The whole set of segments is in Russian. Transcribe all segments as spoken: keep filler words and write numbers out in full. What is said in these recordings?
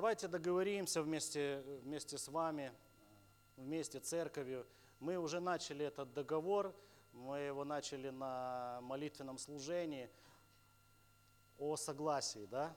давайте договоримся вместе, вместе с вами, вместе церковью. Мы уже начали этот договор, мы его начали на молитвенном служении о согласии, да?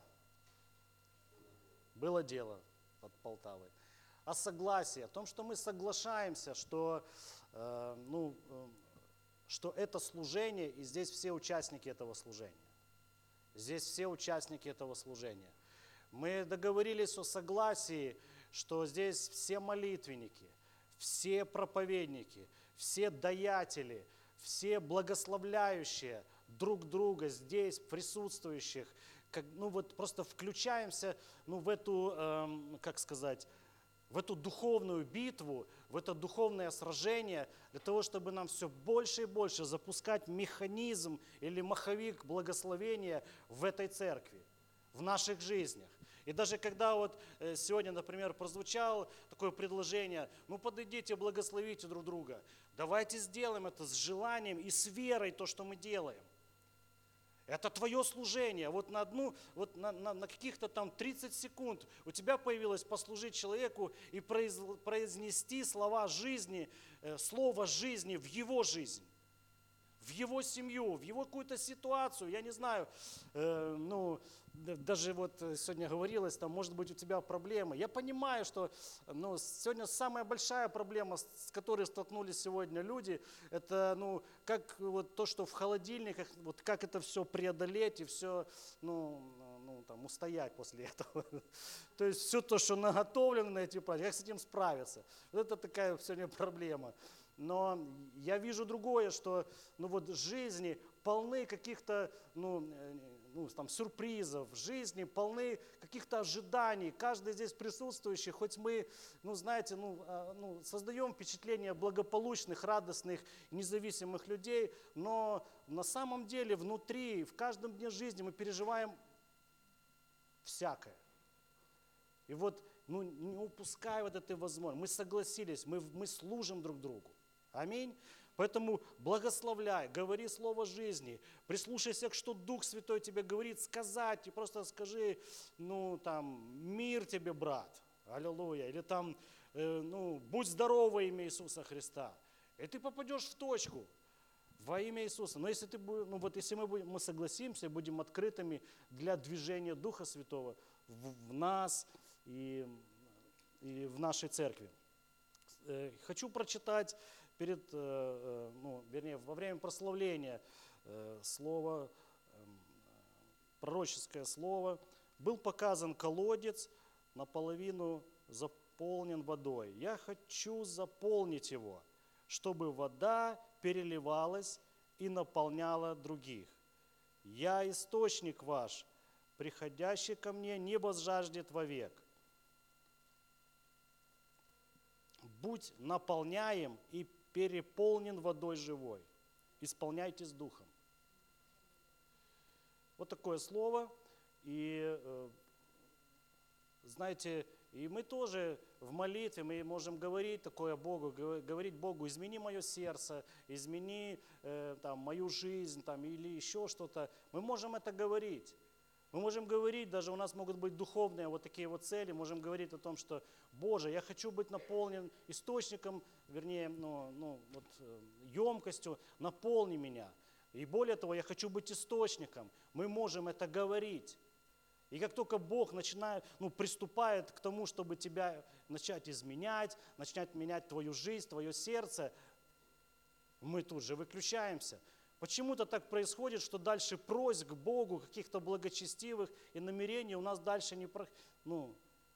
Было дело под Полтавой. О согласии, о том, что мы соглашаемся, что, э, ну, э, что это служение, и здесь все участники этого служения. Здесь все участники этого служения. Мы договорились о согласии, что здесь все молитвенники, все проповедники, все даятели, все благословляющие друг друга здесь присутствующих, как, ну вот просто включаемся ну, в эту, эм, как сказать, в эту духовную битву, в это духовное сражение, для того, чтобы нам все больше и больше запускать механизм или маховик благословения в этой церкви, в наших жизнях. И даже когда вот сегодня, например, прозвучало такое предложение, ну подойдите, благословите друг друга, давайте сделаем это с желанием и с верой, то, что мы делаем. Это твое служение. Вот на одну, вот на, на, на каких-то там тридцать секунд у тебя появилось послужить человеку и произ, произнести слова жизни, э, слово жизни в его жизнь, в его семью, в его какую-то ситуацию. Я не знаю, э, ну, даже вот сегодня говорилось, там, может быть, у тебя проблемы. Я понимаю, что ну, сегодня самая большая проблема, с которой столкнулись сегодня люди, это ну, как вот то, что в холодильниках, вот как это все преодолеть и все ну, ну, там, устоять после этого. То есть все то, что наготовлено на эти праздники, как с этим справиться. Вот это такая сегодня проблема. Но я вижу другое, что ну вот жизни полны каких-то ну, ну, там, сюрпризов, жизни полны каких-то ожиданий. Каждый здесь присутствующий, хоть мы, ну, знаете, ну, ну, создаем впечатление благополучных, радостных, независимых людей, но на самом деле внутри, в каждом дне жизни мы переживаем всякое. И вот ну, не упуская вот этой возможности, мы согласились, мы, мы служим друг другу. Аминь. Поэтому благословляй, говори слово жизни, прислушайся, к что Дух Святой тебе говорит сказать, и просто скажи, ну там, мир тебе, брат, аллилуйя, или там, э, ну, будь здоров во имя Иисуса Христа. И ты попадешь в точку во имя Иисуса. Но если, ты, ну, вот, если мы, будем, мы согласимся, будем открытыми для движения Духа Святого в, в нас и, и в нашей церкви. Хочу прочитать перед, ну, вернее, во время прославления слово, пророческое слово. Был показан колодец, наполовину заполнен водой. Я хочу заполнить его, чтобы вода переливалась и наполняла других. Я источник ваш, приходящий ко мне, не возжаждет вовек. Будь наполняем и переполнен водой живой. Исполняйтесь Духом. Вот такое слово. И, знаете, и мы тоже в молитве, мы можем говорить такое Богу, говорить Богу, измени мое сердце, измени э, там, мою жизнь там, или еще что-то. Мы можем это говорить. Мы можем говорить, даже у нас могут быть духовные вот такие вот цели, можем говорить о том, что, Боже, я хочу быть наполнен источником, вернее, ну, ну, вот, емкостью, наполни меня. И более того, я хочу быть источником. Мы можем это говорить. И как только Бог начинает, ну, приступает к тому, чтобы тебя начать изменять, начать менять твою жизнь, твое сердце, мы тут же выключаемся. Почему-то так происходит, что дальше просьб к Богу, каких-то благочестивых и намерений у нас дальше не, ну,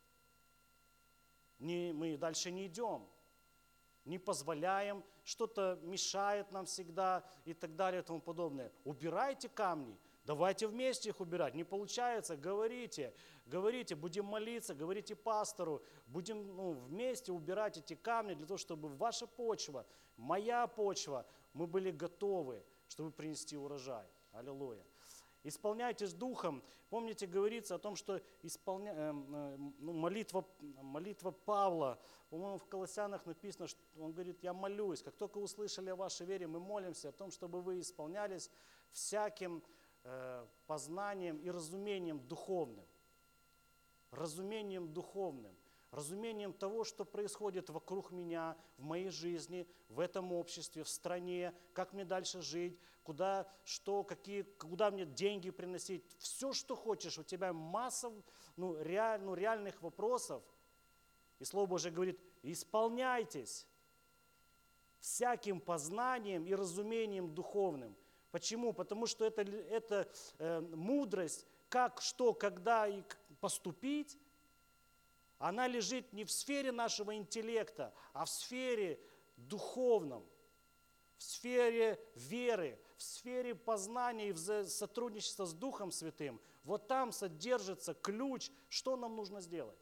не, мы дальше не идем, не позволяем, что-то мешает нам всегда и так далее и тому подобное. Убирайте камни, давайте вместе их убирать. Не получается, говорите, говорите, будем молиться, говорите пастору, будем ну, вместе убирать эти камни для того, чтобы ваша почва, моя почва, мы были готовы, чтобы принести урожай. Аллилуйя. Исполняйтесь Духом. Помните, говорится о том, что исполня... ну, молитва, молитва Павла, по-моему, в Колоссянах написано, что он говорит, я молюсь. Как только услышали о вашей вере, мы молимся о том, чтобы вы исполнялись всяким э, познанием и разумением духовным. разумением духовным, разумением того, что происходит вокруг меня, в моей жизни, в этом обществе, в стране, как мне дальше жить, куда, что, какие, куда мне деньги приносить. Все, что хочешь, у тебя масса ну, реаль, ну, реальных вопросов. И Слово Божие говорит, исполняйтесь всяким познанием и разумением духовным. Почему? Потому что это, это э, мудрость, как, что, когда и поступить, она лежит не в сфере нашего интеллекта, а в сфере духовном, в сфере веры, в сфере познания и сотрудничества с Духом Святым. Вот там содержится ключ, что нам нужно сделать.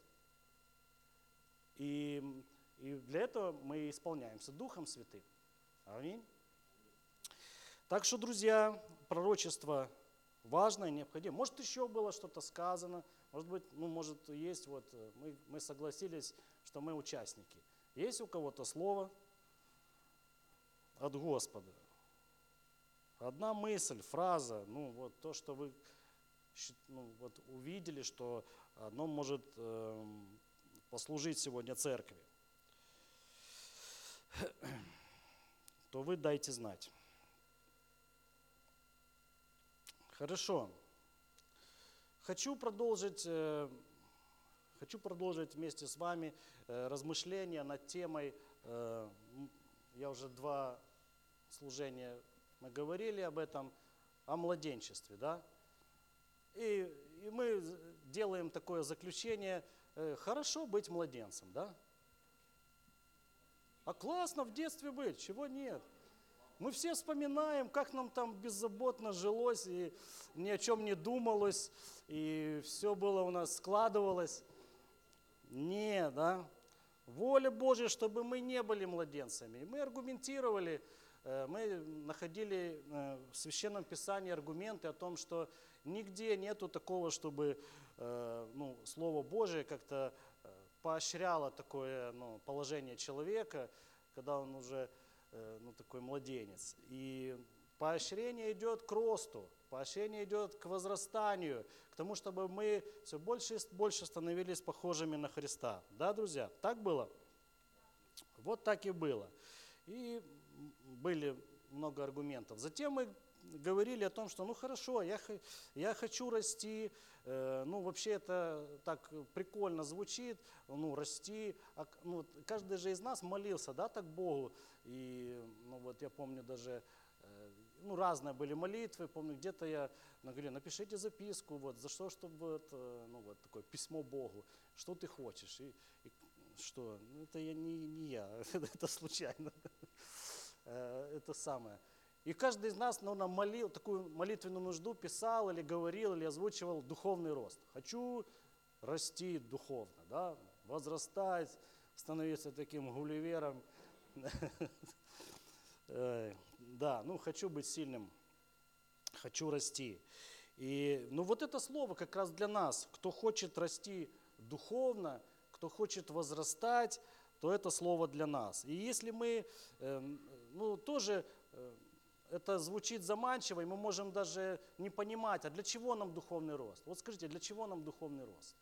И, и для этого мы исполняемся Духом Святым. Аминь. Так что, друзья, пророчество важно и необходимо. Может, еще было что-то сказано, может быть, ну, может, есть, вот, мы, мы согласились, что мы участники. Есть у кого-то слово от Господа? Одна мысль, фраза, ну, вот то, что вы ну, вот, увидели, что оно может э, послужить сегодня церкви, то вы дайте знать. Хорошо. Хочу продолжить, э, хочу продолжить вместе с вами э, размышления над темой, э, я уже два служения, мы говорили об этом, о младенчестве, да? И, и мы делаем такое заключение, э, хорошо быть младенцем, да? А классно в детстве быть, чего нет? Мы все вспоминаем, как нам там беззаботно жилось, и ни о чем не думалось, и все было у нас складывалось. Нет, да? Воля Божья, чтобы мы не были младенцами. И мы аргументировали, мы находили в Священном Писании аргументы о том, что нигде нету такого, чтобы ну, Слово Божие как-то поощряло такое ну, положение человека, когда он уже ну, такой младенец. И поощрение идет к росту, поощрение идет к возрастанию, к тому, чтобы мы все больше и больше становились похожими на Христа. Да, друзья? Так было? Вот так и было. И были много аргументов. Затем мы говорили о том, что ну хорошо, я, я хочу расти, э, ну вообще это так прикольно звучит, ну расти. А, ну, каждый же из нас молился, да, так Богу. И ну вот я помню даже, э, ну разные были молитвы, помню где-то я говорю, напишите записку, вот за что, чтобы вот, ну вот такое письмо Богу, что ты хочешь. И, и что, ну это я не, не я, это случайно, это самое. И каждый из нас ну, молил, такую молитвенную нужду писал или говорил, или озвучивал духовный рост. Хочу расти духовно, да, возрастать, становиться таким гулливером. Да, ну хочу быть сильным, хочу расти. И, ну вот это слово как раз для нас, кто хочет расти духовно, кто хочет возрастать, то это слово для нас. И если мы, ну тоже... Это звучит заманчиво, и мы можем даже не понимать, а для чего нам духовный рост? Вот скажите, для чего нам духовный рост?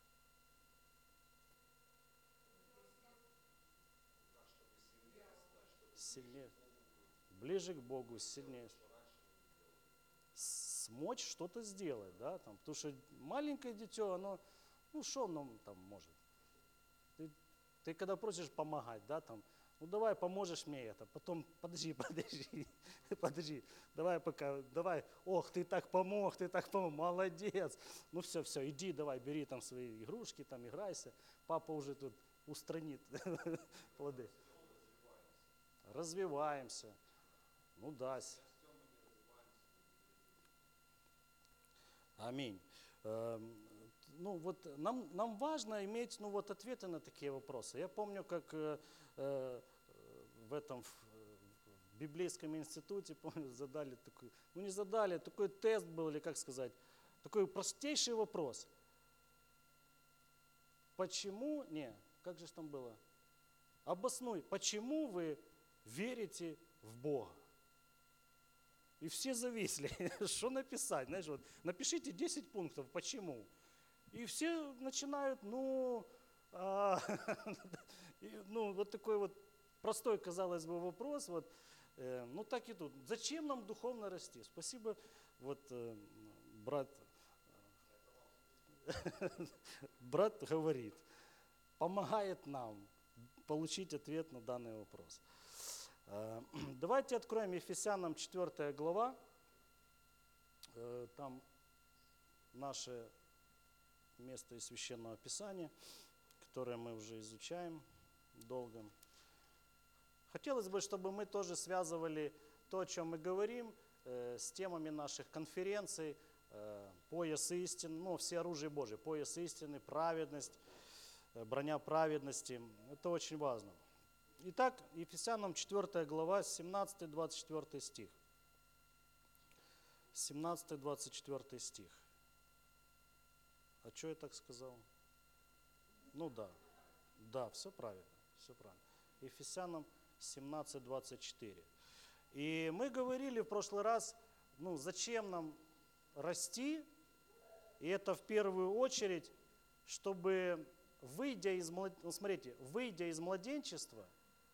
Сильнее. Ближе к Богу, сильнее. Смочь что-то сделать, да, там, потому что маленькое дитё, оно, ну что оно там может? Ты, ты когда просишь помогать, да, там, ну давай поможешь мне это, потом подожди, подожди, подожди, давай пока, давай, ох, ты так помог, ты так помог, молодец. Ну все, все, иди, давай, бери там свои игрушки, там играйся, папа уже тут устранит плоды. Развиваемся, ну да. Аминь. Ну вот нам, нам важно иметь ну, вот, ответы на такие вопросы. Я помню, как э, э, в этом в, в библейском институте, помню, задали такой, ну не задали, такой тест был, или как сказать, такой простейший вопрос. Почему, не, как же там было? Обоснуй, почему вы верите в Бога? И все зависли, что написать, знаешь, вот, напишите десять пунктов, почему. И все начинают, ну, а, ну, вот такой вот простой, казалось бы, вопрос, вот, э, ну так и тут. Зачем нам духовно расти? Спасибо, вот э, брат, брат говорит, помогает нам получить ответ на данный вопрос. Э, давайте откроем Ефесянам четвёртая глава, э, там наше место из Священного Писания, которое мы уже изучаем долго. Хотелось бы, чтобы мы тоже связывали то, о чем мы говорим, э, с темами наших конференций, э, пояс истины, ну, все оружие Божие, пояс истины, праведность, э, броня праведности. Это очень важно. Итак, Ефесянам четвёртая глава, семнадцатый двадцать четвёртый стих. семнадцатый двадцать четвёртый стих. А что я так сказал? Ну да, да, все правильно, все правильно. Ефесянам семнадцать двадцать четыре. И мы говорили в прошлый раз, ну зачем нам расти, и это в первую очередь, чтобы, выйдя из, ну, смотрите, выйдя из младенчества,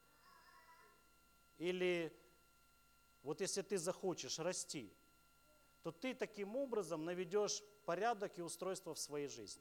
или вот если ты захочешь расти, то ты таким образом наведешь порядок и устройство в своей жизни.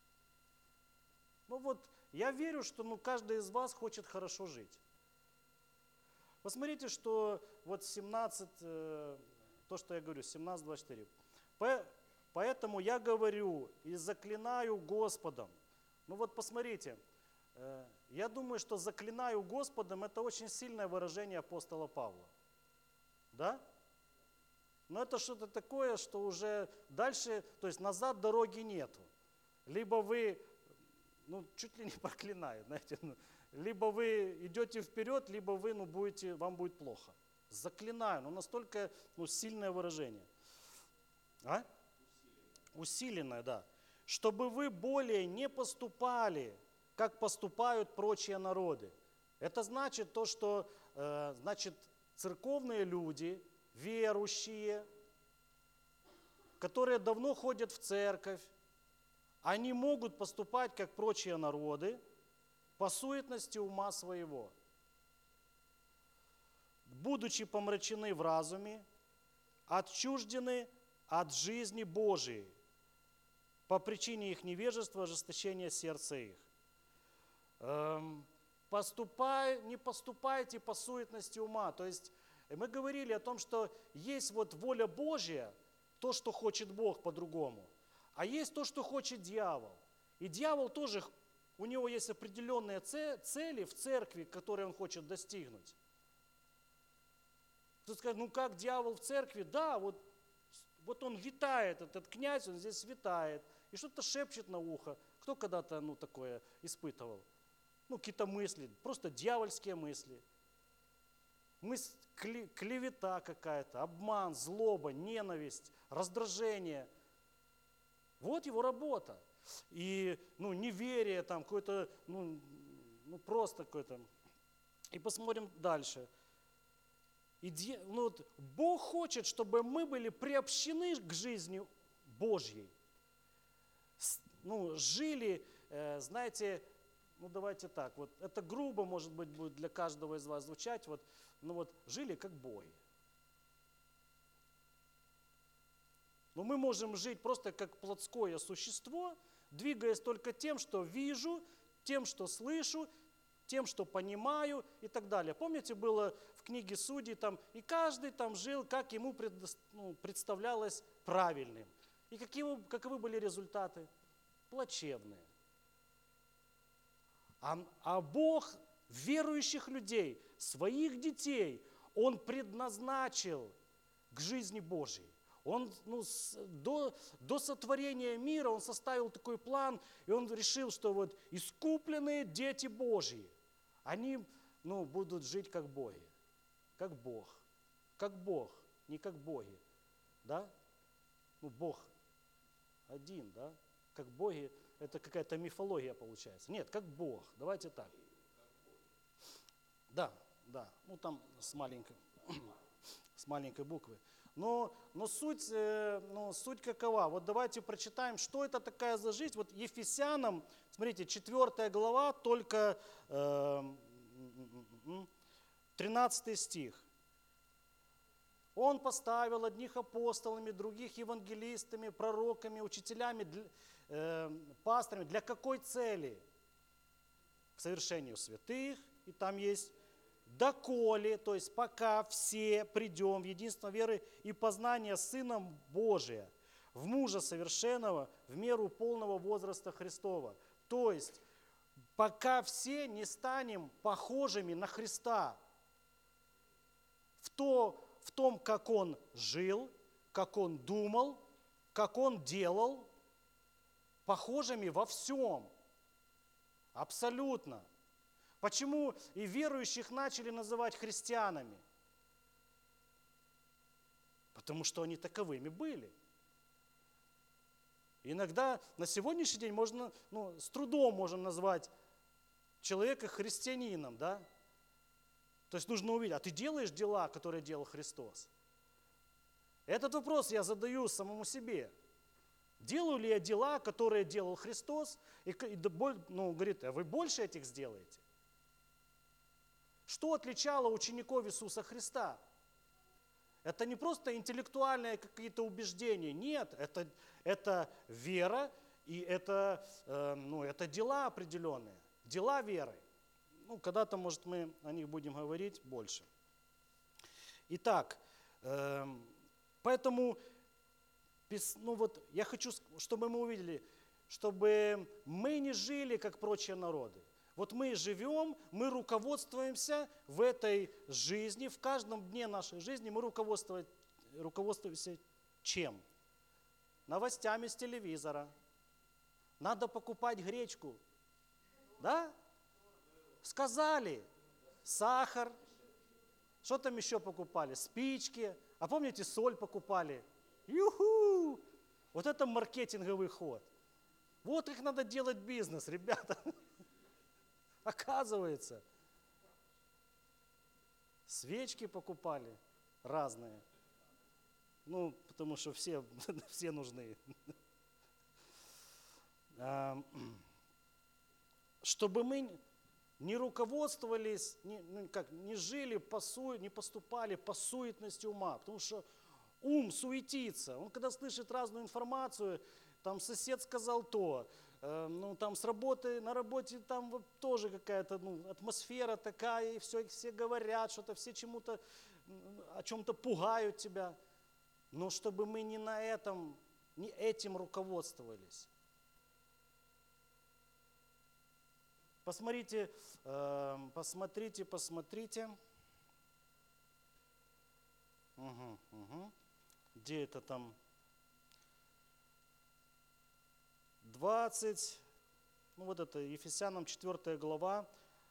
Ну вот, я верю, что ну, каждый из вас хочет хорошо жить. Посмотрите, что вот семнадцать, э, то, что я говорю, семнадцать двадцать четыре. По, поэтому я говорю и заклинаю Господом. Ну вот посмотрите, э, я думаю, что заклинаю Господом это очень сильное выражение апостола Павла. Да? Но это что-то такое, что уже дальше, то есть назад дороги нету. Либо вы, ну, чуть ли не проклинает, знаете, ну, либо вы идете вперед, либо вы, ну, будете, вам будет плохо. Заклинаю, ну, настолько, ну, сильное выражение. А? Усиленное, да. Чтобы вы более не поступали, как поступают прочие народы. Это значит то, что, э, значит, церковные люди, верующие, которые давно ходят в церковь, они могут поступать, как прочие народы, по суетности ума своего, будучи помрачены в разуме, отчуждены от жизни Божией по причине их невежества, ожесточения сердца их. Эм, поступай, не поступайте по суетности ума. То есть мы говорили о том, что есть вот воля Божья, то, что хочет Бог по-другому, а есть то, что хочет дьявол. И дьявол тоже, у него есть определенные цели в церкви, которые он хочет достигнуть. Кто скажет, ну как дьявол в церкви? Да, вот, вот он витает, этот князь, он здесь витает, и что-то шепчет на ухо. Кто когда-то ну, такое испытывал? Ну, какие-то мысли, просто дьявольские мысли. Мысль, клевета какая-то, обман, злоба, ненависть, раздражение. Вот его работа. И ну, неверие, там, какое-то, ну, ну, просто какое-то. И посмотрим дальше. И, ну, вот, Бог хочет, чтобы мы были приобщены к жизни Божьей. Ну, жили, э, знаете, ну давайте так, вот это грубо, может быть, будет для каждого из вас звучать, вот, ну вот, жили как боги. Но мы можем жить просто как плотское существо, двигаясь только тем, что вижу, тем, что слышу, тем, что понимаю и так далее. Помните, было в книге Судей, там, и каждый там жил, как ему пред, ну, представлялось правильным. И какие, каковы были результаты? Плачевные. А, а Бог верующих людей, своих детей, Он предназначил к жизни Божьей. Он ну, с, до, до сотворения мира Он составил такой план, и Он решил, что вот искупленные дети Божьи, они ну, будут жить как боги, как Бог, как Бог, не как боги, да? Ну, Бог один, да? Как боги, это какая-то мифология получается. Нет, как Бог, давайте так. Да, да, ну там с маленькой, с маленькой буквы. Но, но суть, э, ну, суть какова? Вот давайте прочитаем, что это такая за жизнь. Вот Ефесянам, смотрите, четвёртая глава, только э, тринадцатый стих. Он поставил одних апостолами, других евангелистами, пророками, учителями, э, пасторами. Для какой цели? К совершению святых, и там есть доколе, то есть пока все придем в единство веры и познания Сыном Божия, в мужа совершенного, в меру полного возраста Христова. То есть пока все не станем похожими на Христа в, то, в том, как Он жил, как Он думал, как Он делал, похожими во всем. Абсолютно. Почему и верующих начали называть христианами? Потому что они таковыми были. Иногда на сегодняшний день можно, ну, с трудом можем назвать человека христианином, да? То есть нужно увидеть, а ты делаешь дела, которые делал Христос? Этот вопрос я задаю самому себе. Делаю ли я дела, которые делал Христос? И, и ну, говорит, а вы больше этих сделаете? Что отличало учеников Иисуса Христа? Это не просто интеллектуальные какие-то убеждения. Нет, это, это вера и это, э, ну, это дела определенные. Дела веры. Ну, когда-то, может, мы о них будем говорить больше. Итак, э, поэтому ну, вот, я хочу, чтобы мы увидели, чтобы мы не жили, как прочие народы. Вот мы живем, мы руководствуемся в этой жизни, в каждом дне нашей жизни мы руководствуемся, руководствуемся чем? Новостями с телевизора. Надо покупать гречку. Да? Сказали. Сахар. Что там еще покупали? Спички. А помните, соль покупали? Юху! Вот это маркетинговый ход. Вот как надо делать бизнес, ребята. Оказывается, свечки покупали разные. Ну, потому что все, все нужны. Чтобы мы не руководствовались, не, ну, как, не жили, по су, не поступали по суетности ума. Потому что ум суетится. Он когда слышит разную информацию, там сосед сказал то, э, ну там с работы, на работе там вот тоже какая-то ну, атмосфера такая, и все, все говорят что-то, все чему-то, о чем-то пугают тебя. Но чтобы мы не на этом, не этим руководствовались. Посмотрите, э, посмотрите, посмотрите. Угу, угу. Где это там? двадцать, ну вот это Ефесянам четвёртая глава,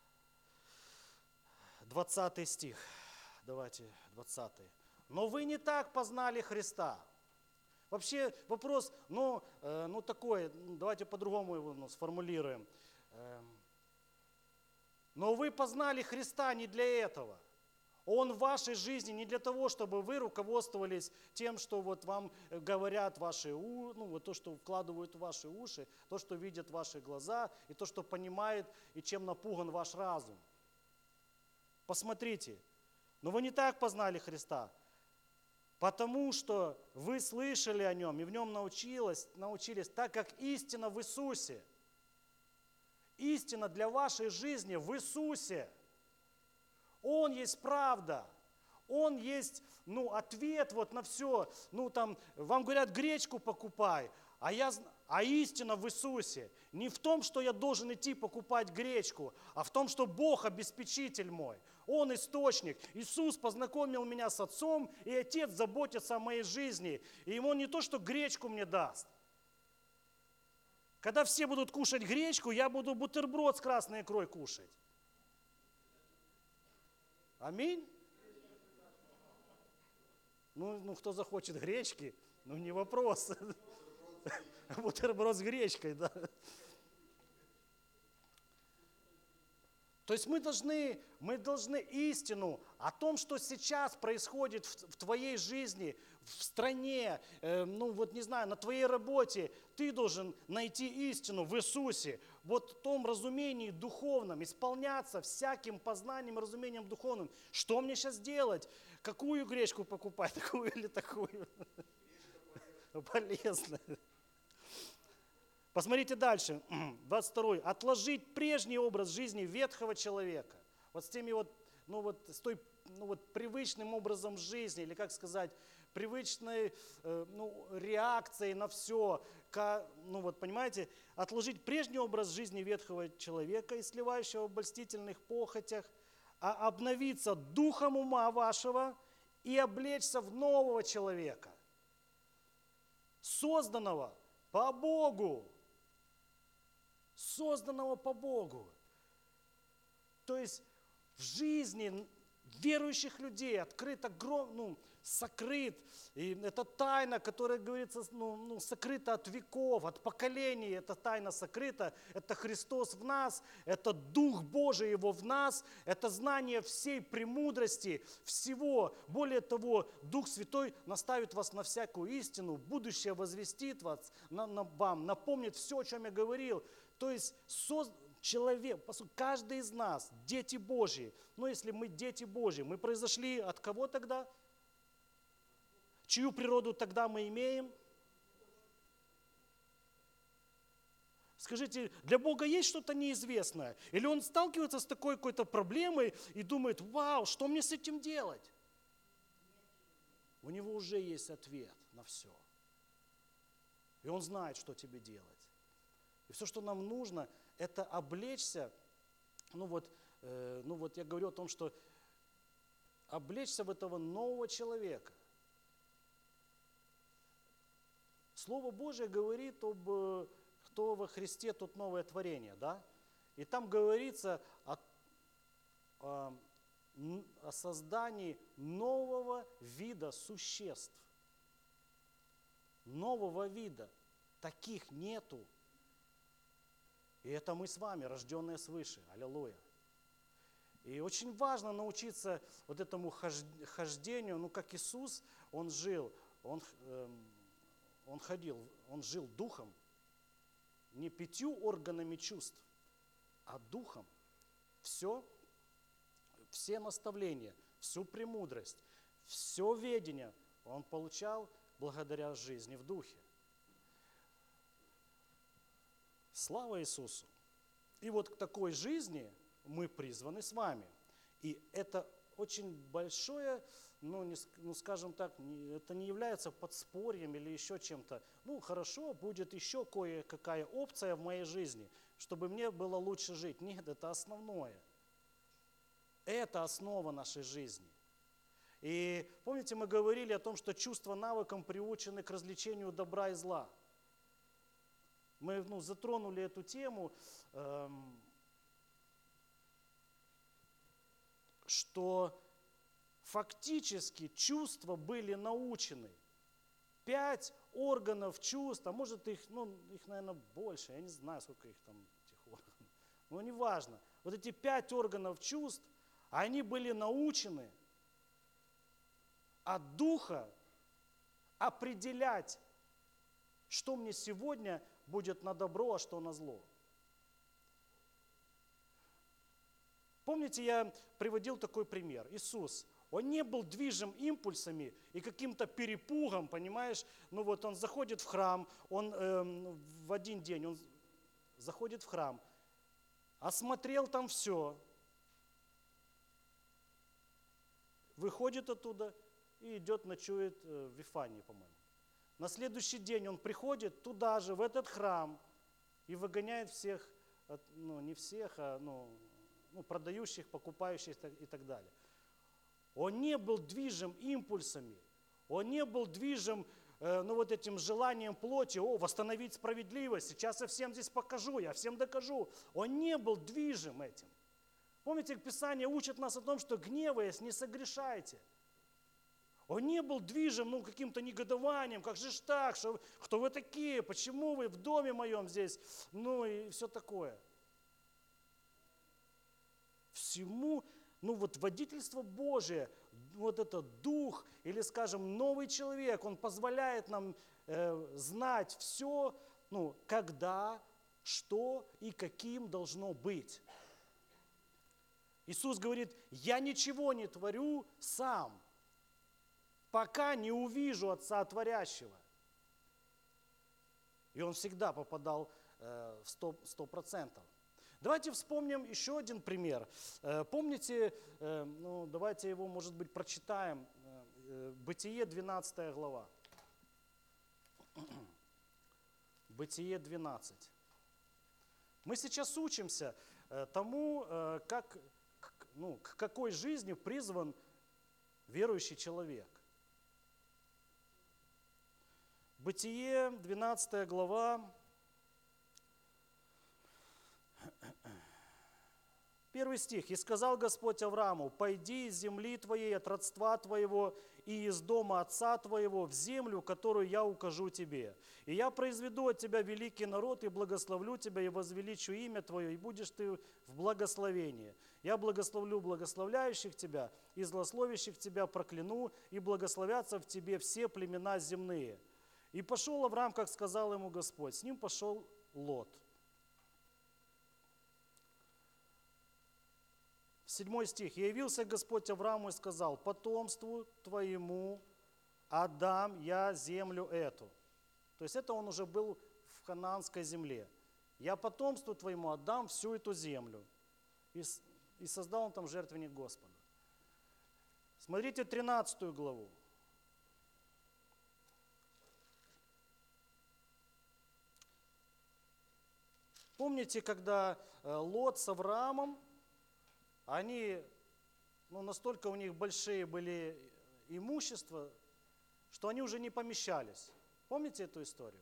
двадцатый стих. Давайте, двадцатый. Но вы не так познали Христа. Вообще вопрос, ну, э, ну такой, давайте по-другому его ну, сформулируем. Э, но вы познали Христа не для этого. Он в вашей жизни не для того, чтобы вы руководствовались тем, что вот вам говорят ваши уши, ну вот то, что вкладывают в ваши уши, то, что видят ваши глаза, и то, что понимает и чем напуган ваш разум. Посмотрите, но вы не так познали Христа, потому что вы слышали о Нем и в Нем научились, научились, так как истина в Иисусе. Истина для вашей жизни в Иисусе. Он есть правда. Он есть ну, ответ вот на все. Ну, там, вам говорят, гречку покупай, а, я, а истина в Иисусе. Не в том, что я должен идти покупать гречку, а в том, что Бог обеспечитель мой. Он источник. Иисус познакомил меня с Отцом, и Отец заботится о моей жизни. И Он не то, что гречку мне даст. Когда все будут кушать гречку, я буду бутерброд с красной икрой кушать. Аминь. Ну, ну, кто захочет гречки, ну, не вопрос. Бутерброд с гречкой, да. То есть мы должны, мы должны истину о том, что сейчас происходит в, в твоей жизни, в стране, э, ну вот не знаю, на твоей работе, ты должен найти истину в Иисусе, вот в том разумении духовном, исполняться всяким познанием и разумением духовным. Что мне сейчас делать? Какую гречку покупать, такую или такую? Полезно. Посмотрите дальше, двадцать второй. Отложить прежний образ жизни ветхого человека. Вот с теми вот, ну вот, с той, ну вот привычным образом жизни, или как сказать, привычной э, ну, реакцией на все. К, ну вот, понимаете, отложить прежний образ жизни ветхого человека и сливающего в обольстительных похотях, а обновиться духом ума вашего и облечься в нового человека, созданного по Богу. Созданного по Богу. То есть в жизни верующих людей открыт огром, ну, сокрыт, и это тайна, которая, говорится, ну, ну, сокрыта от веков, от поколений, эта тайна сокрыта, это Христос в нас, это Дух Божий Его в нас, это знание всей премудрости, всего. Более того, Дух Святой наставит вас на всякую истину, будущее возвестит вас, на, на, вам, напомнит все, о чем я говорил. То есть соз... человек, каждый из нас, дети Божьи, но если мы дети Божьи, мы произошли от кого тогда? Чью природу тогда мы имеем? Скажите, для Бога есть что-то неизвестное? Или Он сталкивается с такой какой-то проблемой и думает, вау, что мне с этим делать? У Него уже есть ответ на все. И Он знает, что тебе делать. И все, что нам нужно, это облечься, ну вот, э, ну вот я говорю о том, что облечься в этого нового человека. Слово Божие говорит об, кто во Христе, тот новое творение, да? И там говорится о, о, о создании нового вида существ. Нового вида. Таких нету. И это мы с вами, рожденные свыше. Аллилуйя. И очень важно научиться вот этому хождению, ну как Иисус, Он жил, Он, он ходил, Он жил духом, не пятью органами чувств, а духом. Все, все наставления, всю премудрость, все ведение Он получал благодаря жизни в духе. Слава Иисусу! И вот к такой жизни мы призваны с вами. И это очень большое, ну, не, ну скажем так, не, это не является подспорьем или еще чем-то. Ну, хорошо, будет еще кое-какая опция в моей жизни, чтобы мне было лучше жить. Нет, это основное. Это основа нашей жизни. И помните, мы говорили о том, что чувства навыком приучены к развлечению добра и зла. Мы ну, затронули эту тему, эм, что фактически чувства были научены. Пять органов чувств, а может их, ну, их, наверное, больше, я не знаю, сколько их там, этих органов, но неважно. Вот эти пять органов чувств, они были научены от Духа определять, что мне сегодня будет на добро, а что на зло. Помните, я приводил такой пример. Иисус, Он не был движим импульсами и каким-то перепугом, понимаешь? Ну вот Он заходит в храм, Он эм, в один день, Он заходит в храм, осмотрел там все, выходит оттуда и идет, ночует в Вифании, по-моему. На следующий день Он приходит туда же, в этот храм, и выгоняет всех, ну не всех, а ну, ну, продающих, покупающих и так далее. Он не был движим импульсами, Он не был движим э, ну, вот этим желанием плоти, о, восстановить справедливость, сейчас я всем здесь покажу, я всем докажу. Он не был движим этим. Помните, Писание учит нас о том, что гневаясь, не согрешайте. Он не был движим ну, каким-то негодованием, как же ж так, что, кто вы такие, почему вы в доме моем здесь, ну и все такое. всему, ну вот водительство Божие, вот этот дух, или, скажем, новый человек, он позволяет нам э, знать все, ну, когда, что и каким должно быть. Иисус говорит, я ничего не творю сам, пока не увижу Отца Творящего. И он всегда попадал э, в сто процентов. Давайте вспомним еще один пример. Э, помните, э, ну, давайте его, может быть, прочитаем. Э, Бытие, двенадцатая глава. Бытие двенадцать. Мы сейчас учимся э, тому, э, как, к, ну, к какой жизни призван верующий человек. Бытие, двенадцатая глава, первый стих. «И сказал Господь Аврааму, пойди из земли твоей, от родства твоего и из дома отца твоего в землю, которую я укажу тебе. И я произведу от тебя великий народ, и благословлю тебя, и возвеличу имя твое, и будешь ты в благословении. Я благословлю благословляющих тебя, и злословящих тебя прокляну, и благословятся в тебе все племена земные». И пошел Авраам, как сказал ему Господь. С ним пошел Лот. Седьмой стих. «И явился Господь Аврааму и сказал, потомству твоему отдам я землю эту». То есть это он уже был в ханаанской земле. «Я потомству твоему отдам всю эту землю». И, и создал он там жертвенник Господу. Смотрите тринадцатую главу. Помните, когда Лот с Авраамом, они, ну, настолько у них большие были имущества, что они уже не помещались. Помните эту историю?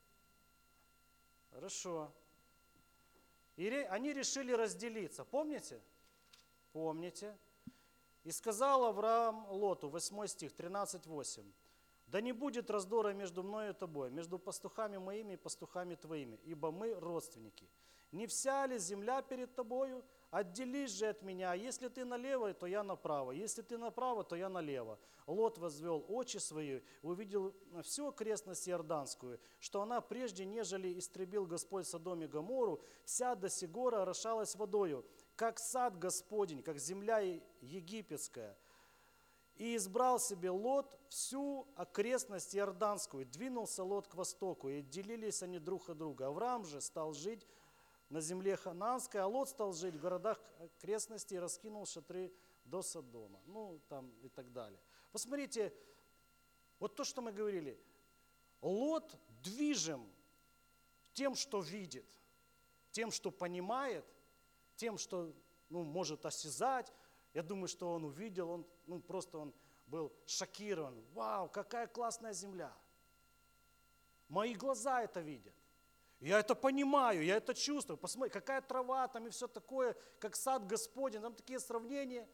Хорошо. И они решили разделиться. Помните? Помните. «И сказал Авраам Лоту», восьмой стих, тринадцать восемь, «Да не будет раздора между мною и тобой, между пастухами моими и пастухами твоими, ибо мы родственники. Не вся ли земля перед тобою? Отделись же от меня. Если ты налево, то я направо. Если ты направо, то я налево». Лот возвел очи свои, увидел всю окрестность Иорданскую, что она прежде, нежели истребил Господь Содом и Гоморру, вся до сих гора орошалась водою, как сад Господень, как земля египетская. И избрал себе Лот всю окрестность Иорданскую. Двинулся Лот к востоку, и отделились они друг от друга. Авраам же стал жить на земле ханаанской, а Лот стал жить в городах окрестностей и раскинул шатры до Содома. Ну, там и так далее. Посмотрите, вот то, что мы говорили. Лот движим тем, что видит, тем, что понимает, тем, что, ну, может осязать. Я думаю, что он увидел, он, ну, просто он был шокирован. Вау, какая классная земля. Мои глаза это видят. Я это понимаю, я это чувствую. Посмотри, какая трава там и все такое, как сад Господень. Там такие сравнения.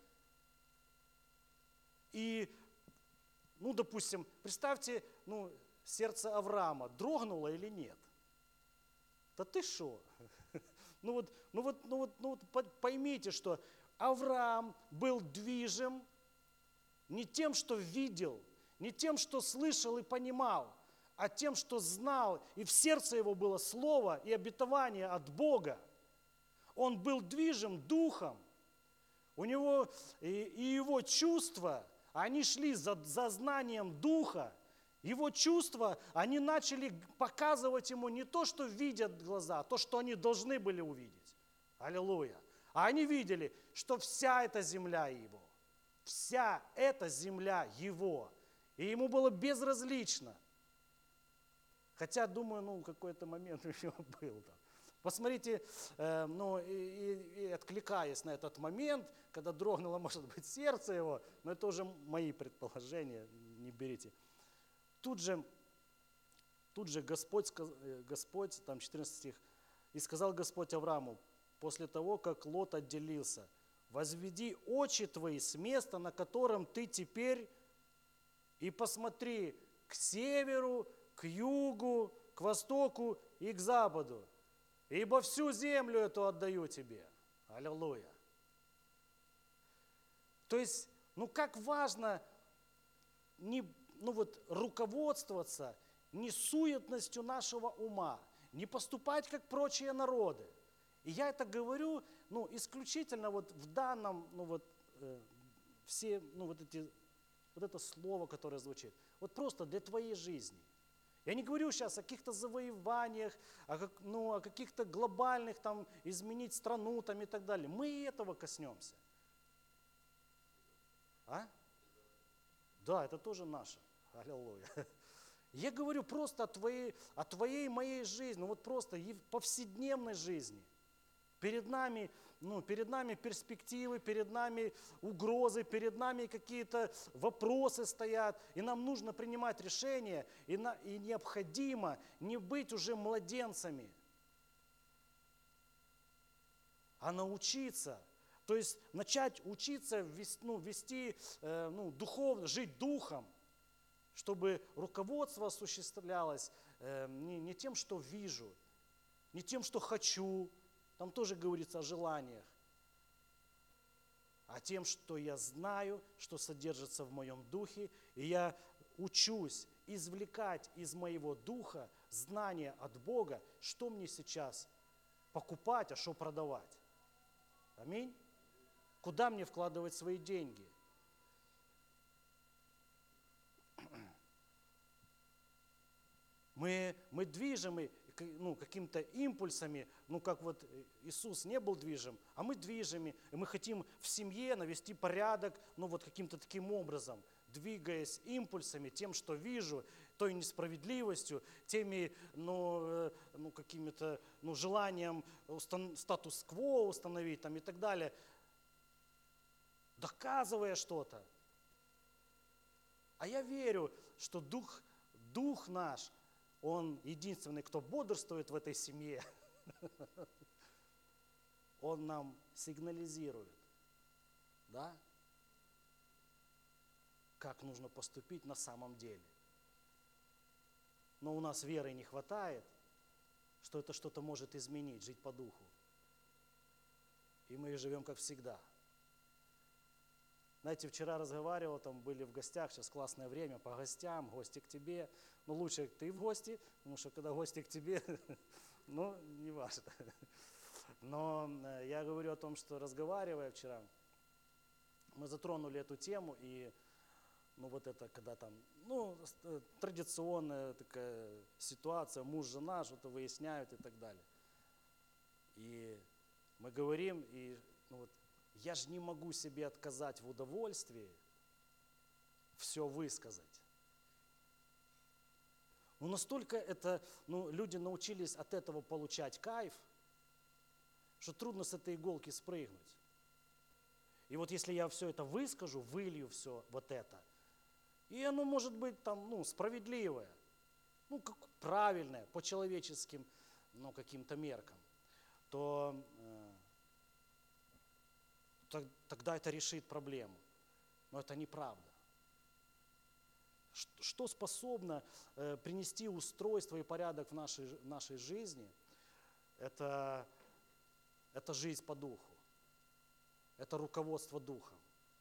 И, ну, допустим, представьте, ну, сердце Авраама дрогнуло или нет? Да ты шо? Ну вот, ну вот, ну вот, ну вот поймите, что Авраам был движим не тем, что видел, не тем, что слышал и понимал, а тем, что знал, и в сердце его было слово и обетование от Бога. Он был движим духом. У него и, и его чувства, они шли за, за знанием духа. Его чувства, они начали показывать ему не то, что видят глаза, а то, что они должны были увидеть. Аллилуйя. А они видели, что вся эта земля его, вся эта земля его. И ему было безразлично. Хотя, думаю, ну, какой-то момент у него был там. Посмотрите, э, ну, и, и, и откликаясь на этот момент, когда дрогнуло, может быть, сердце его, но это уже мои предположения, не берите. Тут же, тут же Господь, Господь, там четырнадцатый стих, «И сказал Господь Аврааму, после того, как Лот отделился, возведи очи твои с места, на котором ты теперь, и посмотри к северу, к югу, к востоку и к западу, ибо всю землю эту отдаю тебе». Аллилуйя. То есть, ну как важно не, ну вот, руководствоваться не суетностью нашего ума, не поступать как прочие народы. И я это говорю, ну, исключительно вот в данном, ну вот, э, все, ну вот эти, вот это слово, которое звучит, вот просто для твоей жизни. Я не говорю сейчас о каких-то завоеваниях, о, как, ну, о каких-то глобальных, там, изменить страну там, и так далее. Мы и этого коснемся. А? Да, это тоже наше. Аллилуйя. Я говорю просто о твоей, о твоей моей жизни, ну вот просто в повседневной жизни. Перед нами, ну, перед нами перспективы, перед нами угрозы, перед нами какие-то вопросы стоят, и нам нужно принимать решения, и, на, и необходимо не быть уже младенцами, а научиться. То есть начать учиться вести, ну, вести э, ну, духовно, жить духом, чтобы руководство осуществлялось э, не, не тем, что вижу, не тем, что хочу, там тоже говорится о желаниях, а тем, что я знаю, что содержится в моем духе, и я учусь извлекать из моего духа знания от Бога, что мне сейчас покупать, а что продавать. Аминь. Куда мне вкладывать свои деньги? Мы, мы движимы ну, какими-то импульсами, ну как вот Иисус не был движим, а мы движимы, и мы хотим в семье навести порядок, ну вот каким-то таким образом, двигаясь импульсами, тем, что вижу, той несправедливостью, теми, ну, ну какими-то, ну, желанием устан- статус-кво установить там и так далее, доказывая что-то. А я верю, что Дух, Дух наш, Он единственный, кто бодрствует в этой семье. Он нам сигнализирует, да, как нужно поступить на самом деле. Но у нас веры не хватает, что это что-то может изменить, жить по духу. И мы живем как всегда. Знаете, вчера разговаривал, там были в гостях, сейчас классное время, по гостям, гости к тебе. Ну, лучше ты в гости, потому что когда гости к тебе, ну, не важно. Но я говорю о том, что разговаривая вчера, мы затронули эту тему, и ну, вот это, когда там, ну, традиционная такая ситуация, муж-жена, что-то выясняют и так далее. И мы говорим, и ну, вот, я же не могу себе отказать в удовольствии все высказать. Ну, настолько это, ну, люди научились от этого получать кайф, что трудно с этой иголки спрыгнуть. И вот если я все это выскажу, вылью все вот это, и оно может быть там, ну, справедливое, ну, как правильное, по человеческим, ну, каким-то меркам, то э, тогда это решит проблему. Но это неправда. Что способно э, принести устройство и порядок в нашей, в нашей жизни, это, это жизнь по духу, это руководство духом.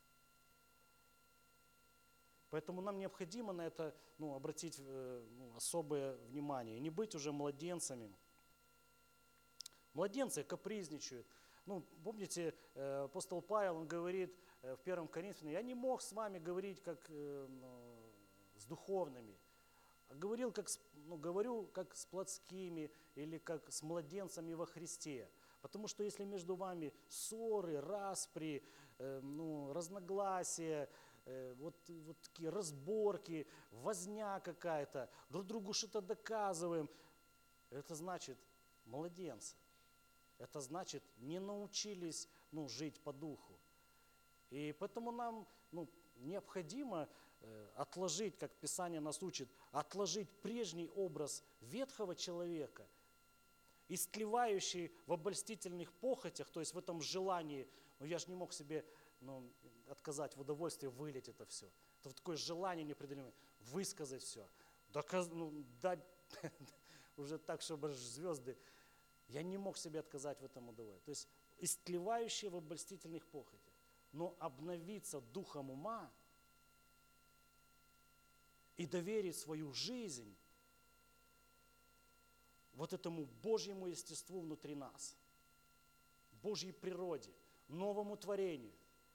Поэтому нам необходимо на это ну, обратить э, ну, особое внимание, и не быть уже младенцами. Младенцы капризничают. Ну, помните, э, апостол Павел, он говорит э, в первом Коринфянам, я не мог с вами говорить как э, ну, с духовными, а говорил как, с, ну, говорю как с плотскими или как с младенцами во Христе. Потому что если между вами ссоры, распри, э, ну, разногласия, э, вот, вот такие разборки, возня какая-то, друг другу что-то доказываем, это значит младенцы. Это значит, не научились ну, жить по духу. И поэтому нам ну, необходимо э, отложить, как Писание нас учит, отложить прежний образ ветхого человека, истлевающий в обольстительных похотях, то есть в этом желании, ну я же не мог себе ну, отказать в удовольствии вылить это все. Это вот такое желание непреодолимое, высказать все, доказ, ну, дать уже так, чтобы звезды. Я не мог себе отказать в этом удовольствии. То есть истлевающие в обольстительных похотях. но обновиться духом ума и доверить свою жизнь вот этому Божьему естеству внутри нас, Божьей природе, новому творению.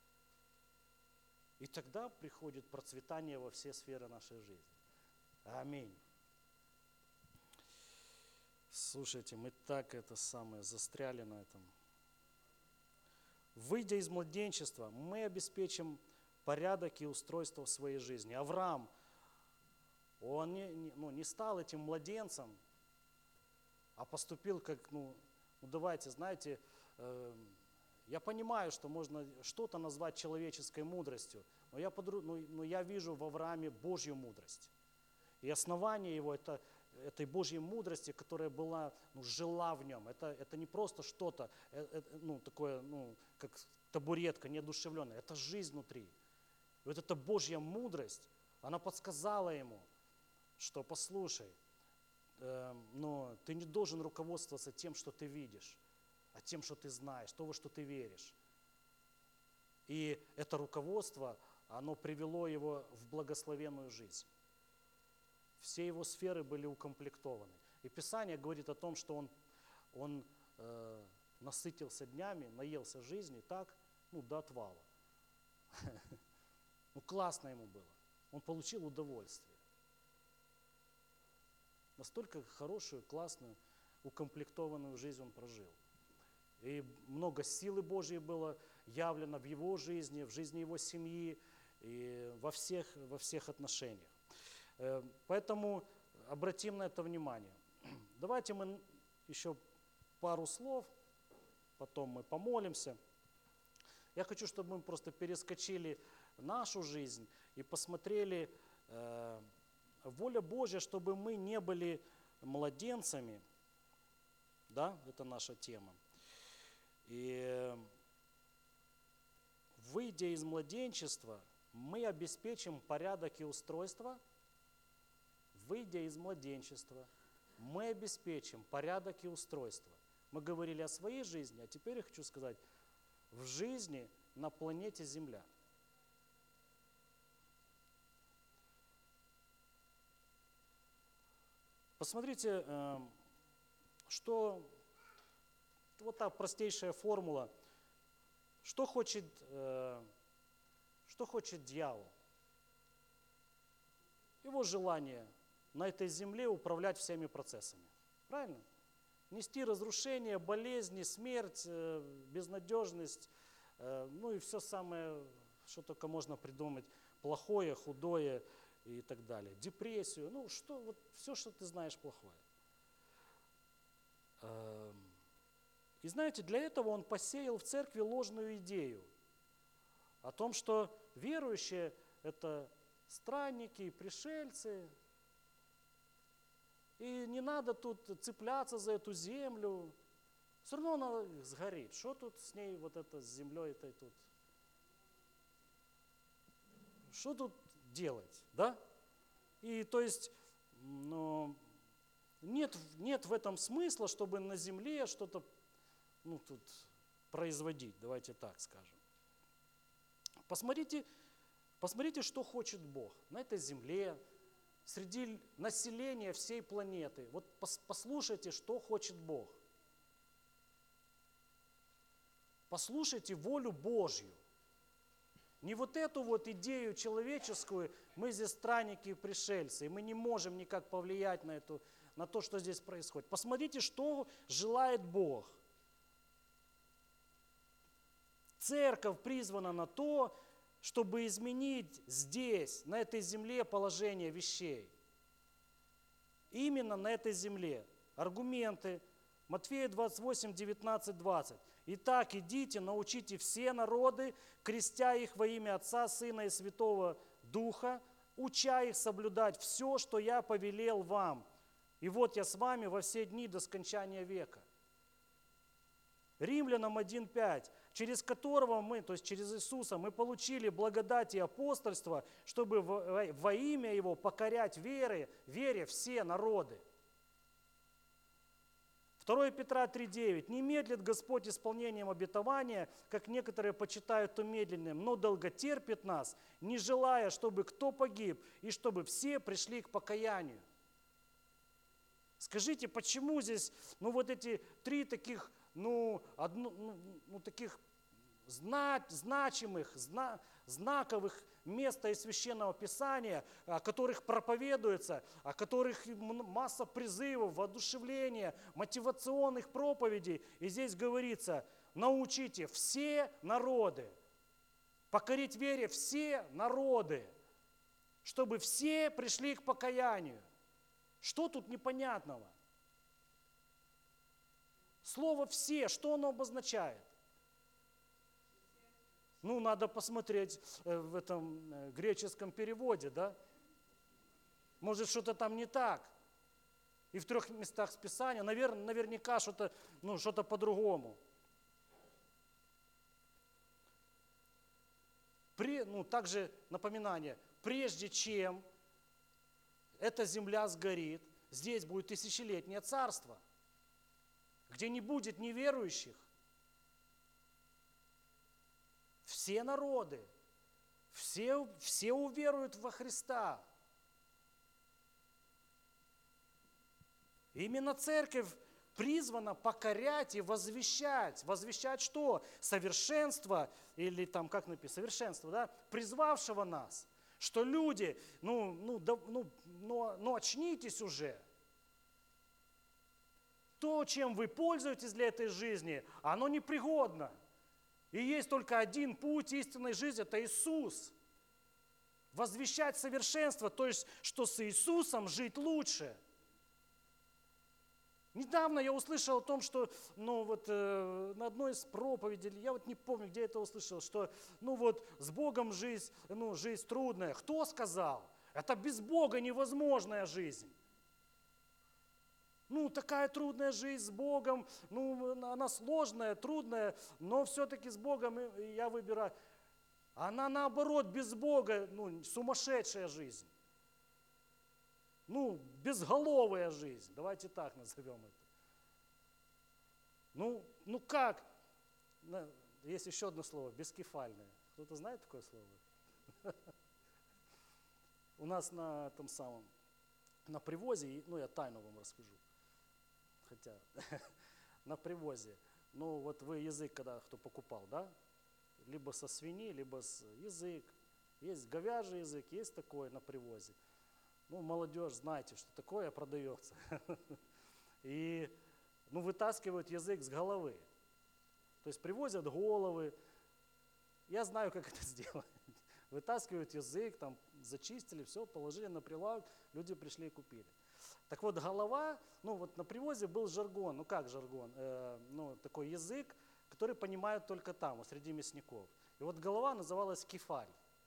И тогда приходит процветание во все сферы нашей жизни. Аминь. Слушайте, мы так это самое застряли на этом. Выйдя из младенчества, мы обеспечим порядок и устройство в своей жизни. Авраам, он не, не, ну, не стал этим младенцем, а поступил как, ну, ну давайте, знаете, э, я понимаю, что можно что-то назвать человеческой мудростью, но я, подру, ну, но я вижу в Аврааме Божью мудрость. И основание его это, этой Божьей мудрости, которая была, ну, жила в нем. Это, это не просто что-то, э, э, ну, такое, ну, как табуретка, неодушевленная. Это жизнь внутри. И вот эта Божья мудрость, она подсказала ему, что послушай, э, но ты не должен руководствоваться тем, что ты видишь, а тем, что ты знаешь, того, что ты веришь. И это руководство, оно привело его в благословенную жизнь. Все его сферы были укомплектованы. И Писание говорит о том, что он, он э, насытился днями, наелся жизни так, ну, до отвала. Ну, классно ему было. Он получил удовольствие. Настолько хорошую, классную, укомплектованную жизнь он прожил. И много силы Божьей было явлено в его жизни, в жизни его семьи и во всех, во всех отношениях. Поэтому обратим на это внимание. Давайте мы еще пару слов, потом мы помолимся. Я хочу, чтобы мы просто перескочили нашу жизнь и посмотрели э, воля Божья, чтобы мы не были младенцами. Да, это наша тема. И выйдя из младенчества, мы обеспечим порядок и устройство. Выйдя из младенчества, мы обеспечим порядок и устройство. Мы говорили о своей жизни, а теперь я хочу сказать, в жизни на планете Земля. Посмотрите, что вот та простейшая формула, что хочет, что хочет дьявол. Его желание на этой земле управлять всеми процессами. Правильно? Нести разрушение, болезни, смерть, безнадежность, ну и все самое, что только можно придумать, плохое, худое и так далее. Депрессию, ну что, вот все, что ты знаешь плохое. И знаете, для этого он посеял в церкви ложную идею о том, что верующие – это странники, пришельцы, и не надо тут цепляться за эту землю. Все равно она сгорит. Что тут с ней, вот это, с землей этой тут? Что тут делать, да? И то есть, ну, нет, нет в этом смысла, чтобы на земле что-то, ну, тут производить, давайте так скажем. Посмотрите, посмотрите, что хочет Бог на этой земле, среди населения всей планеты. Вот послушайте, что хочет Бог. Послушайте волю Божью. Не вот эту вот идею человеческую, мы здесь странники и пришельцы, и мы не можем никак повлиять на, эту, на то, что здесь происходит. Посмотрите, что желает Бог. Церковь призвана на то, чтобы изменить здесь, на этой земле, положение вещей. Именно на этой земле. Аргументы. Матфея двадцать восемь, девятнадцать, двадцать. «Итак, идите, научите все народы, крестя их во имя Отца, Сына и Святого Духа, уча их соблюдать все, что я повелел вам. И вот я с вами во все дни до скончания века». Римлянам один пять, через которого мы, то есть через Иисуса, мы получили благодать и апостольство, чтобы во, во имя Его покорять вере, вере все народы. второе Петра три девять. «Не медлит Господь исполнением обетования, как некоторые почитают то медленным, но долготерпит нас, не желая, чтобы кто погиб, и чтобы все пришли к покаянию». Скажите, почему здесь, ну, вот эти три таких, ну, одну, ну, ну таких зна, значимых, зна, знаковых места из Священного Писания, о которых проповедуется, о которых масса призывов, воодушевления, мотивационных проповедей. И здесь говорится: научите все народы, покорить вере все народы, чтобы все пришли к покаянию. Что тут непонятного? Слово «все», что оно обозначает? Ну, надо посмотреть в этом греческом переводе, да? Может, что-то там не так. И в трех местах Писания, навер, наверняка что-то, ну, что-то по-другому. При, ну, также напоминание, прежде чем эта земля сгорит, здесь будет тысячелетнее царство, где не будет неверующих. Все народы, все, все уверуют во Христа. Именно церковь призвана покорять и возвещать. Возвещать что? Совершенство, или там, как написано, совершенство, да? Призвавшего нас. Что люди, ну, ну, да, ну, ну, ну очнитесь уже. То, чем вы пользуетесь для этой жизни, оно непригодно. И есть только один путь истинной жизни, это Иисус. Возвещать совершенство, то есть, что с Иисусом жить лучше. Недавно я услышал о том, что, ну вот, э, на одной из проповедей, я вот не помню, где это услышал, что, ну вот, с Богом жизнь, ну, жизнь трудная. Кто сказал? Это без Бога невозможная жизнь. Ну, такая трудная жизнь с Богом, ну, она сложная, трудная, но все-таки с Богом я выбираю. Она, наоборот, без Бога, ну, сумасшедшая жизнь. Ну, безголовая жизнь, давайте так назовем это. Ну, ну как? Есть еще одно слово, бескефальное. Кто-то знает такое слово? У нас на том самом, на привозе, ну я тайну вам расскажу, хотя на привозе, ну вот вы язык, когда кто покупал, да? Либо со свиньи, либо с язык. Есть говяжий язык, есть такое на привозе. Ну, молодежь, знаете, что такое продается. И, ну, вытаскивают язык с головы. То есть привозят головы. Я знаю, как это сделать. Вытаскивают язык, там, зачистили, все, положили на прилавок, люди пришли и купили. Так вот, голова, ну, вот на привозе был жаргон. Ну, как жаргон? Э, ну, такой язык, который понимают только там, среди мясников. И вот голова называлась кефаль.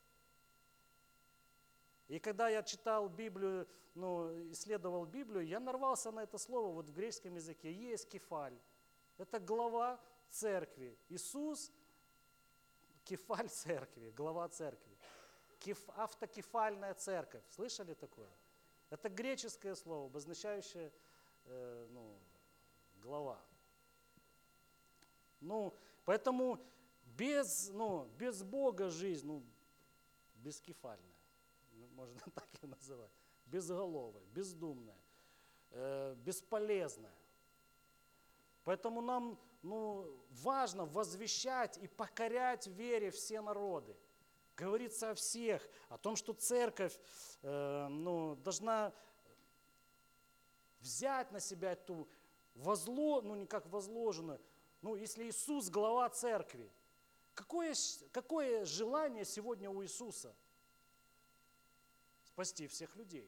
И когда я читал Библию, ну, исследовал Библию, я нарвался на это слово вот в греческом языке. Есть кефаль. Это глава церкви. Иисус – кефаль церкви, глава церкви. Кеф, автокефальная церковь. Слышали такое? Это греческое слово, обозначающее э, ну, глава. Ну, поэтому без, ну, без Бога жизнь, ну, бескефальная. Можно так ее называть, безголовая, бездумная, э, бесполезная. Поэтому нам, ну, важно возвещать и покорять в вере все народы. Говорится о всех, о том, что церковь э, ну, должна взять на себя эту возло, ну не как возложенную, ну если Иисус глава церкви, какое, какое желание сегодня у Иисуса? Спасти всех людей.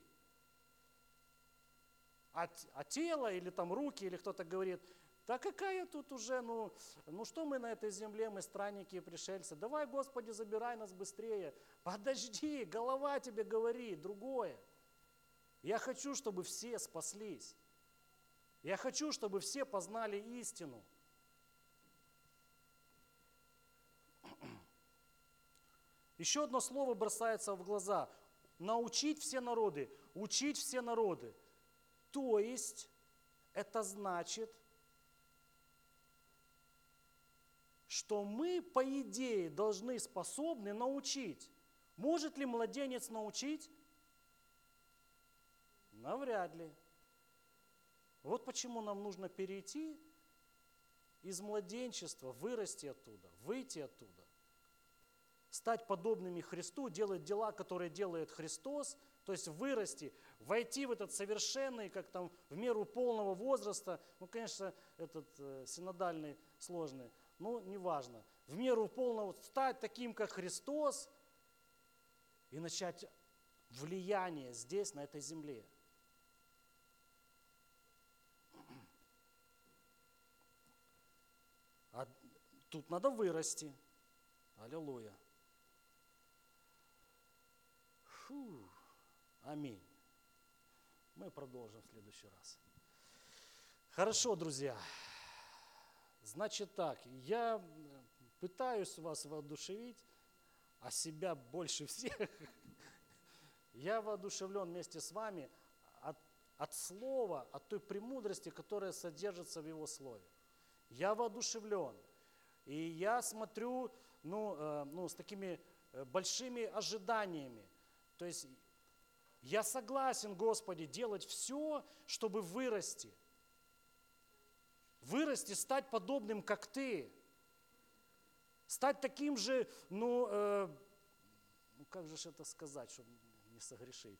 А, а тело или там руки, или кто-то говорит, да какая тут уже, ну, ну что мы на этой земле, мы странники и пришельцы, давай, Господи, забирай нас быстрее. Подожди, голова тебе говорит другое. Я хочу, чтобы все спаслись. Я хочу, чтобы все познали истину. Еще одно слово бросается в глаза. Научить все народы, учить все народы. То есть, это значит что мы, по идее, должны способны научить. Может ли младенец научить? Навряд ли. Вот почему нам нужно перейти из младенчества, вырасти оттуда, выйти оттуда, стать подобными Христу, делать дела, которые делает Христос, то есть вырасти, войти в этот совершенный, как там, в меру полного возраста, ну, конечно, этот э, синодальный сложный, но неважно, в меру полного, стать таким, как Христос, и начать влияние здесь, на этой земле. А тут надо вырасти. Аллилуйя. Фу. Аминь. Мы продолжим в следующий раз. Хорошо, друзья. Значит так, я пытаюсь вас воодушевить, а себя больше всех. Я воодушевлен вместе с вами от, от слова, от той премудрости, которая содержится в его слове. Я воодушевлен. И я смотрю ну, э, ну, с такими большими ожиданиями. То есть я согласен, Господи, делать все, чтобы вырасти. Вырасти, стать подобным, как Ты. Стать таким же, ну, э, ну как же это сказать, чтобы не согрешить.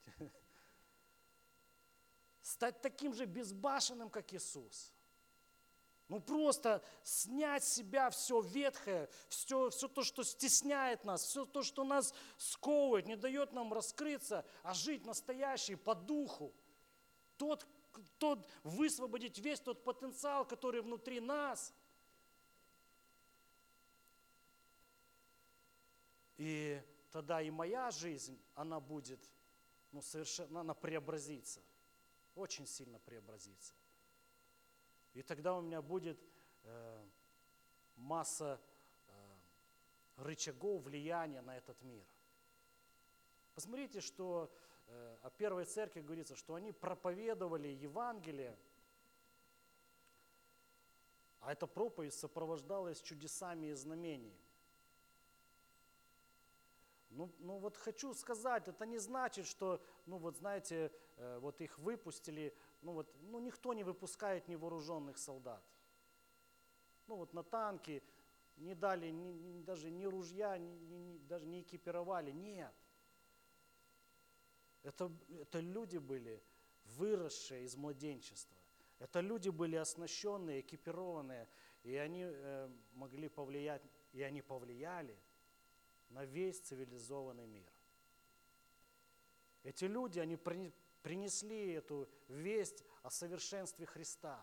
Стать таким же безбашенным, как Иисус. Ну просто снять с себя все ветхое, все, все то, что стесняет нас, все то, что нас сковывает, не дает нам раскрыться, а жить настоящий по духу. Тот, тот, высвободить весь тот потенциал, который внутри нас. И тогда и моя жизнь, она будет, ну совершенно, она преобразится, очень сильно преобразится. И тогда у меня будет э, масса э, рычагов влияния на этот мир. Посмотрите, что э, о первой церкви говорится, что они проповедовали Евангелие, а эта проповедь сопровождалась чудесами и знамениями. Ну, ну вот хочу сказать, это не значит, что, ну вот знаете, э, вот их выпустили, ну вот, ну никто не выпускает невооруженных солдат. Ну вот на танки не дали ни, ни, даже ни ружья, ни, ни, даже не экипировали, нет. Это, это люди были, выросшие из младенчества. Это люди были оснащенные, экипированные, и они э, могли повлиять, и они повлияли на весь цивилизованный мир. Эти люди, они принесли эту весть о совершенстве Христа.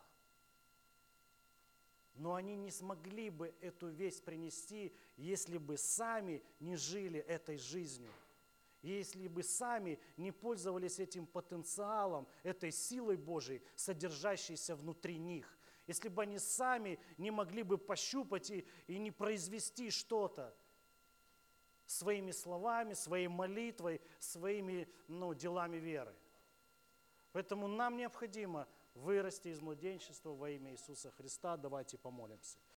Но они не смогли бы эту весть принести, если бы сами не жили этой жизнью. Если бы сами не пользовались этим потенциалом, этой силой Божией, содержащейся внутри них. Если бы они сами не могли бы пощупать и, и не произвести что-то своими словами, своей молитвой, своими ну, делами веры. Поэтому нам необходимо вырасти из младенчества во имя Иисуса Христа. Давайте помолимся.